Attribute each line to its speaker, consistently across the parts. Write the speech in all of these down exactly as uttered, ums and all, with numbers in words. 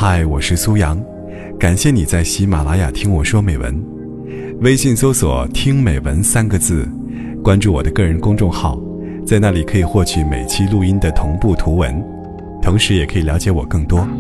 Speaker 1: 嗨，我是苏阳，感谢你在喜马拉雅听我说美文。微信搜索听美文三个字，关注我的个人公众号，在那里可以获取每期录音的同步图文，同时也可以了解我更多。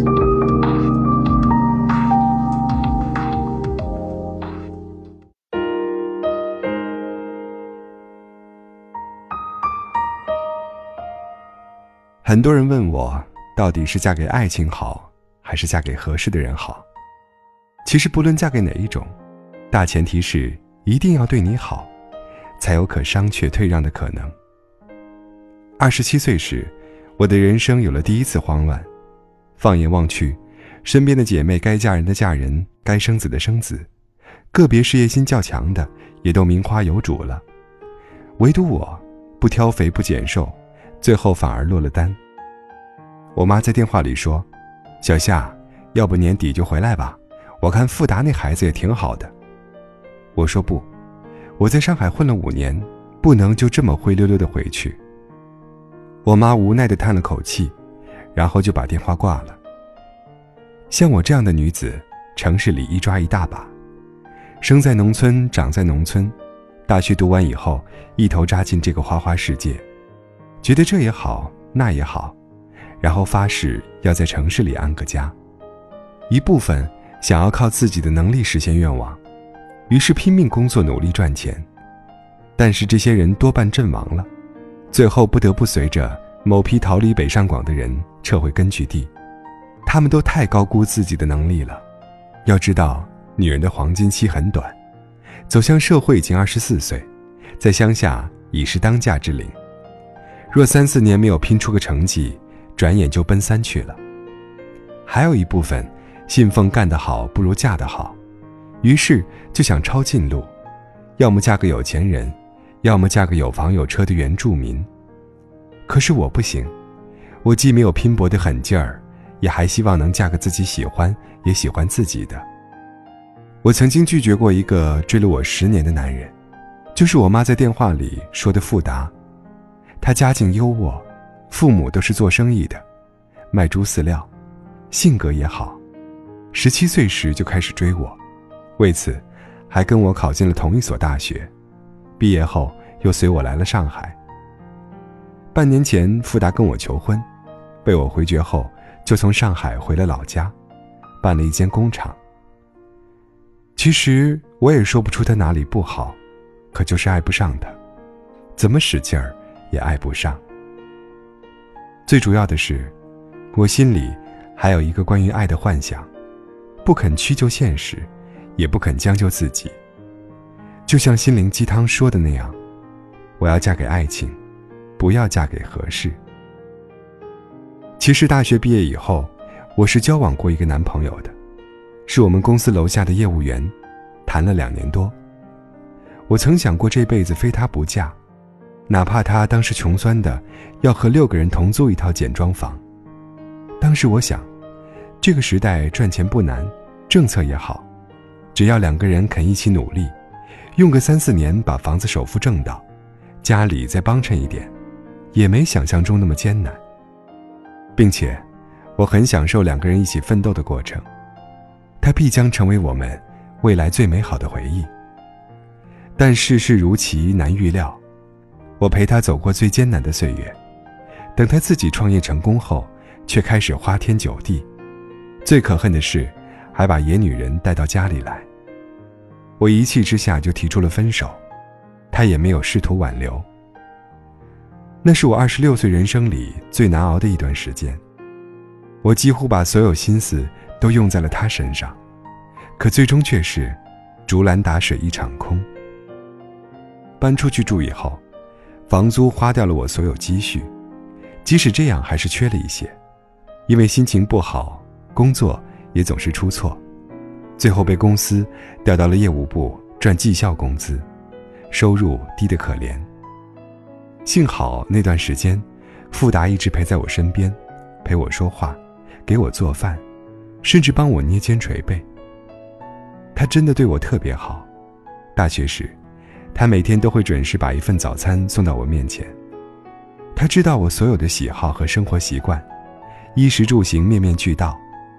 Speaker 1: 很多人问我，到底是嫁给爱情好，还是嫁给合适的人好？其实不论嫁给哪一种，大前提是一定要对你好，才有可商榷退让的可能。二十七岁时，我的人生有了第一次慌乱。放眼望去，身边的姐妹该嫁人的嫁人，该生子的生子，个别事业心较强的也都名花有主了，唯独我不挑肥不拣瘦，最后反而落了单。我妈在电话里说，小夏，要不年底就回来吧，我看富达那孩子也挺好的。我说不，我在上海混了五年，不能就这么灰溜溜的回去。我妈无奈地叹了口气，然后就把电话挂了。像我这样的女子，城市里一抓一大把，生在农村，长在农村，大学读完以后一头扎进这个花花世界，觉得这也好那也好，然后发誓要在城市里安个家。一部分想要靠自己的能力实现愿望，于是拼命工作努力赚钱，但是这些人多半阵亡了，最后不得不随着某批逃离北上广的人撤回根据地。他们都太高估自己的能力了。要知道，女人的黄金期很短，走向社会已经二十四岁，在乡下已是当嫁之龄。若三四年没有拼出个成绩，转眼就奔三去了。还有一部分信奉干得好不如嫁得好，于是就想抄近路，要么嫁个有钱人，要么嫁个有房有车的原住民。可是我不行，我既没有拼搏的狠劲儿，也还希望能嫁个自己喜欢也喜欢自己的。我曾经拒绝过一个追了我十年的男人，就是我妈在电话里说的富达。他家境优渥，父母都是做生意的，卖猪饲料，性格也好。十七岁时就开始追我，为此还跟我考进了同一所大学，毕业后又随我来了上海。半年前富达跟我求婚，被我回绝后就从上海回了老家，办了一间工厂。其实我也说不出他哪里不好，可就是爱不上他，怎么使劲儿也爱不上。最主要的是，我心里还有一个关于爱的幻想，不肯屈就现实，也不肯将就自己。就像心灵鸡汤说的那样，我要嫁给爱情，不要嫁给合适。其实大学毕业以后，我是交往过一个男朋友的，是我们公司楼下的业务员，谈了两年多。我曾想过这辈子非他不嫁，哪怕他当时穷酸的要和六个人同租一套简装房。当时我想，这个时代赚钱不难，政策也好，只要两个人肯一起努力，用个三四年把房子首付挣到，家里再帮衬一点，也没想象中那么艰难。并且我很享受两个人一起奋斗的过程，它必将成为我们未来最美好的回忆。但世事如棋难预料，我陪他走过最艰难的岁月，等他自己创业成功后，却开始花天酒地，最可恨的是还把野女人带到家里来。我一气之下就提出了分手，他也没有试图挽留。那是我二十六岁人生里最难熬的一段时间，我几乎把所有心思都用在了他身上，可最终却是竹篮打水一场空。搬出去住以后，房租花掉了我所有积蓄，即使这样还是缺了一些，因为心情不好，工作也总是出错，最后被公司调到了业务部赚绩效工资，收入低得可怜。幸好那段时间富达一直陪在我身边，陪我说话，给我做饭，甚至帮我捏肩捶背。他真的对我特别好。大学时他每天都会准时把一份早餐送到我面前。他知道我所有的喜好和生活习惯，衣食住行面面俱到，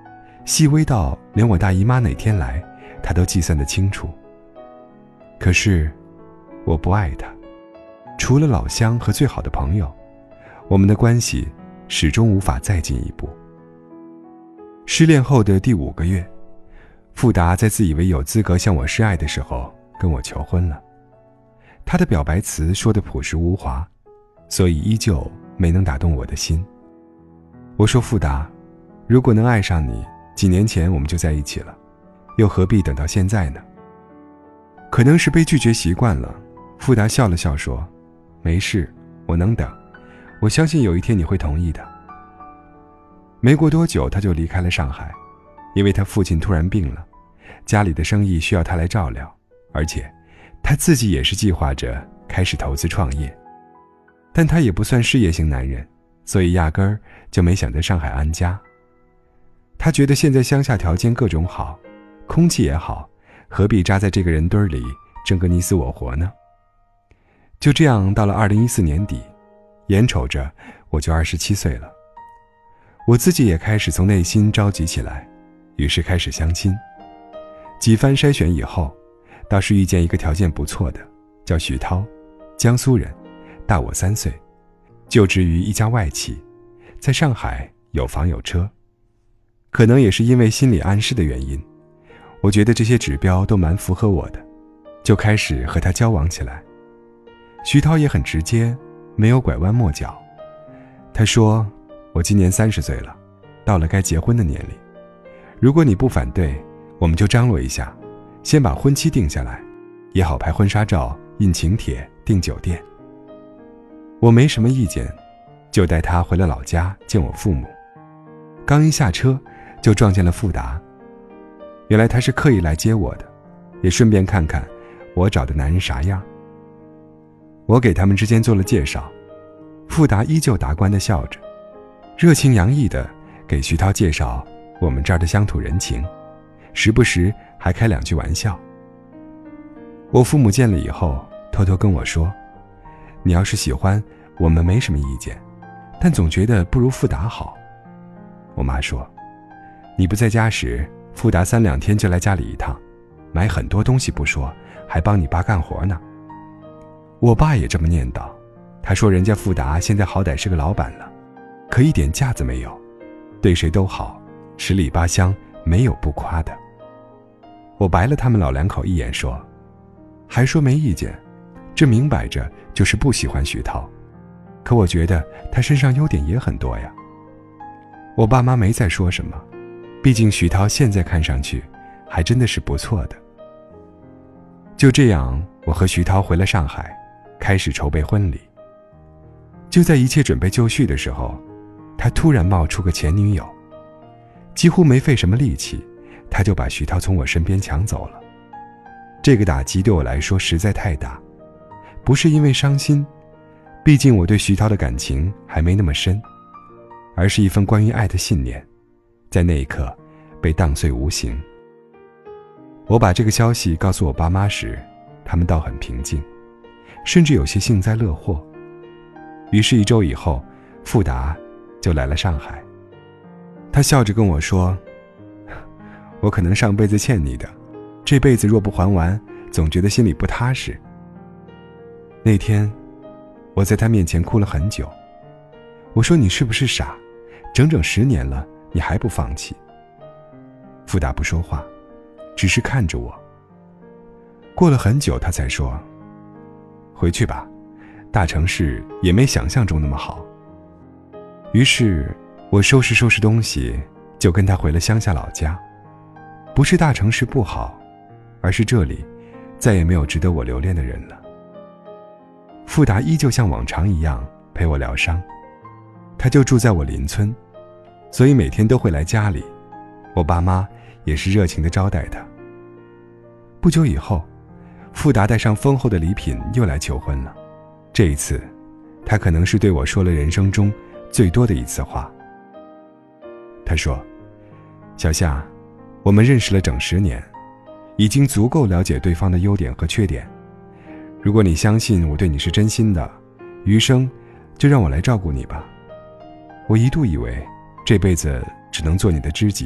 Speaker 1: 细微到连我大姨妈哪天来，他都计算得清楚。可是，我不爱他，除了老乡和最好的朋友，我们的关系始终无法再进一步。失恋后的第五个月，富达在自以为有资格向我示爱的时候跟我求婚了。他的表白词说得朴实无华，所以依旧没能打动我的心。我说，富达，如果能爱上你，几年前我们就在一起了，又何必等到现在呢？可能是被拒绝习惯了，富达笑了笑说，没事，我能等，我相信有一天你会同意的。没过多久他就离开了上海，因为他父亲突然病了，家里的生意需要他来照料，而且他自己也是计划着开始投资创业。但他也不算事业型男人，所以压根儿就没想在上海安家。他觉得现在乡下条件各种好，空气也好，何必扎在这个人堆里争个你死我活呢？就这样到了二零一四年底，眼瞅着我就二十七岁了，我自己也开始从内心着急起来，于是开始相亲。几番筛选以后，倒是遇见一个条件不错的，叫徐涛，江苏人，大我三岁，就职于一家外企，在上海有房有车。可能也是因为心理暗示的原因，我觉得这些指标都蛮符合我的，就开始和他交往起来。徐涛也很直接，没有拐弯抹角。他说，我今年三十岁了，到了该结婚的年龄，如果你不反对，我们就张罗一下，先把婚期定下来，也好拍婚纱照、印请帖、订酒店。我没什么意见，就带他回了老家见我父母。刚一下车就撞见了富达，原来他是刻意来接我的，也顺便看看我找的男人啥样。我给他们之间做了介绍，富达依旧达观地笑着，热情洋溢地给徐涛介绍我们这儿的乡土人情，时不时还开两句玩笑。我父母见了以后偷偷跟我说，你要是喜欢，我们没什么意见，但总觉得不如富达好。我妈说，你不在家时，富达三两天就来家里一趟，买很多东西不说，还帮你爸干活呢。我爸也这么念叨，他说人家富达现在好歹是个老板了，可一点架子没有，对谁都好，十里八乡没有不夸的。我白了他们老两口一眼说，还说没意见，这明摆着就是不喜欢徐涛，可我觉得他身上优点也很多呀。我爸妈没再说什么，毕竟徐涛现在看上去还真的是不错的。就这样，我和徐涛回了上海，开始筹备婚礼。就在一切准备就绪的时候，他突然冒出个前女友，几乎没费什么力气，他就把徐涛从我身边抢走了。这个打击对我来说实在太大，不是因为伤心，毕竟我对徐涛的感情还没那么深，而是一份关于爱的信念，在那一刻被荡碎无形。我把这个消息告诉我爸妈时，他们倒很平静，甚至有些幸灾乐祸。于是一周以后，富达就来了上海。他笑着跟我说，我可能上辈子欠你的，这辈子若不还完，总觉得心里不踏实。那天我在他面前哭了很久，我说，你是不是傻，整整十年了，你还不放弃？富达不说话，只是看着我。过了很久他才说，回去吧，大城市也没想象中那么好。于是我收拾收拾东西，就跟他回了乡下老家。不是大城市不好，而是这里再也没有值得我留恋的人了。富达依旧像往常一样陪我疗伤，他就住在我邻村，所以每天都会来家里，我爸妈也是热情地招待他。不久以后，富达带上丰厚的礼品又来求婚了。这一次他可能是对我说了人生中最多的一次话。他说，小夏，我们认识了整十年，已经足够了解对方的优点和缺点。如果你相信我对你是真心的，余生就让我来照顾你吧。我一度以为这辈子只能做你的知己，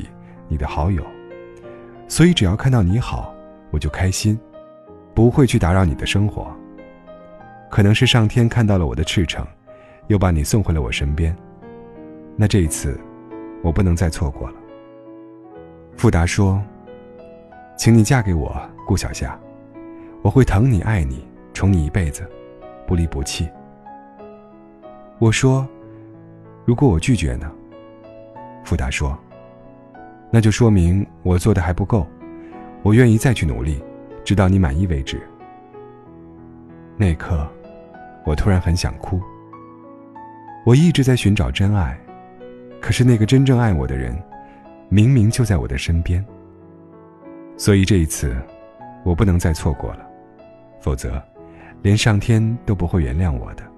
Speaker 1: 你的好友，所以只要看到你好，我就开心，不会去打扰你的生活。可能是上天看到了我的赤诚，又把你送回了我身边，那这一次我不能再错过了。富达说，请你嫁给我，顾小夏，我会疼你爱你宠你一辈子，不离不弃。我说，如果我拒绝呢？富达说，那就说明我做的还不够，我愿意再去努力，直到你满意为止。那一刻，我突然很想哭。我一直在寻找真爱，可是那个真正爱我的人，明明就在我的身边。所以这一次，我不能再错过了，否则，连上天都不会原谅我的。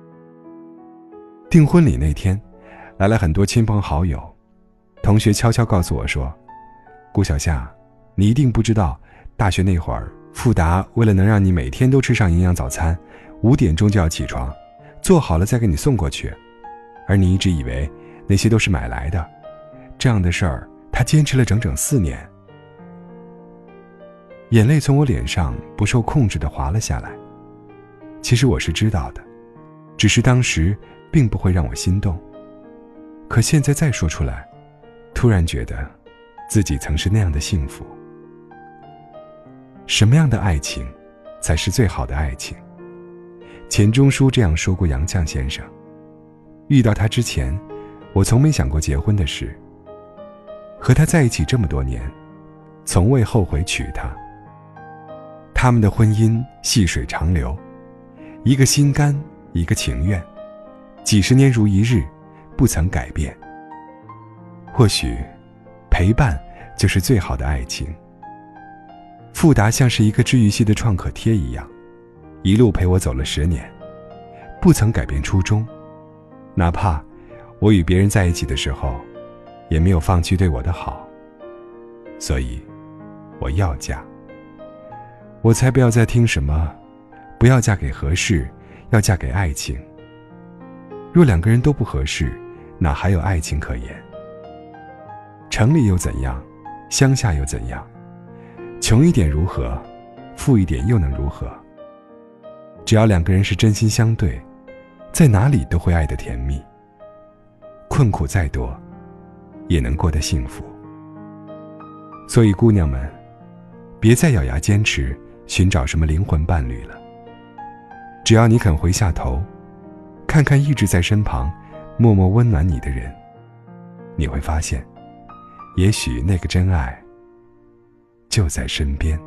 Speaker 1: 订婚礼那天，来了很多亲朋好友，同学悄悄告诉我说，顾小夏，你一定不知道，大学那会儿，富达为了能让你每天都吃上营养早餐，五点钟就要起床，做好了再给你送过去，而你一直以为那些都是买来的，这样的事儿他坚持了整整四年。眼泪从我脸上不受控制地滑了下来。其实我是知道的，只是当时并不会让我心动，可现在再说出来，突然觉得自己曾是那样的幸福。什么样的爱情才是最好的爱情？钱钟书这样说过杨绛先生。遇到他之前，我从没想过结婚的事，和他在一起这么多年，从未后悔娶她。他们的婚姻细水长流，一个心甘，一个情愿，几十年如一日，不曾改变。或许陪伴就是最好的爱情。富达像是一个治愈系的创可贴一样，一路陪我走了十年，不曾改变初衷，哪怕我与别人在一起的时候，也没有放弃对我的好。所以我要嫁。我才不要再听什么不要嫁给合适，要嫁给爱情。若两个人都不合适，哪还有爱情可言？城里又怎样，乡下又怎样？穷一点如何，富一点又能如何？只要两个人是真心相对，在哪里都会爱得甜蜜。困苦再多，也能过得幸福。所以姑娘们，别再咬牙坚持寻找什么灵魂伴侣了。只要你肯回下头，看看一直在身旁默默温暖你的人，你会发现，也许那个真爱就在身边。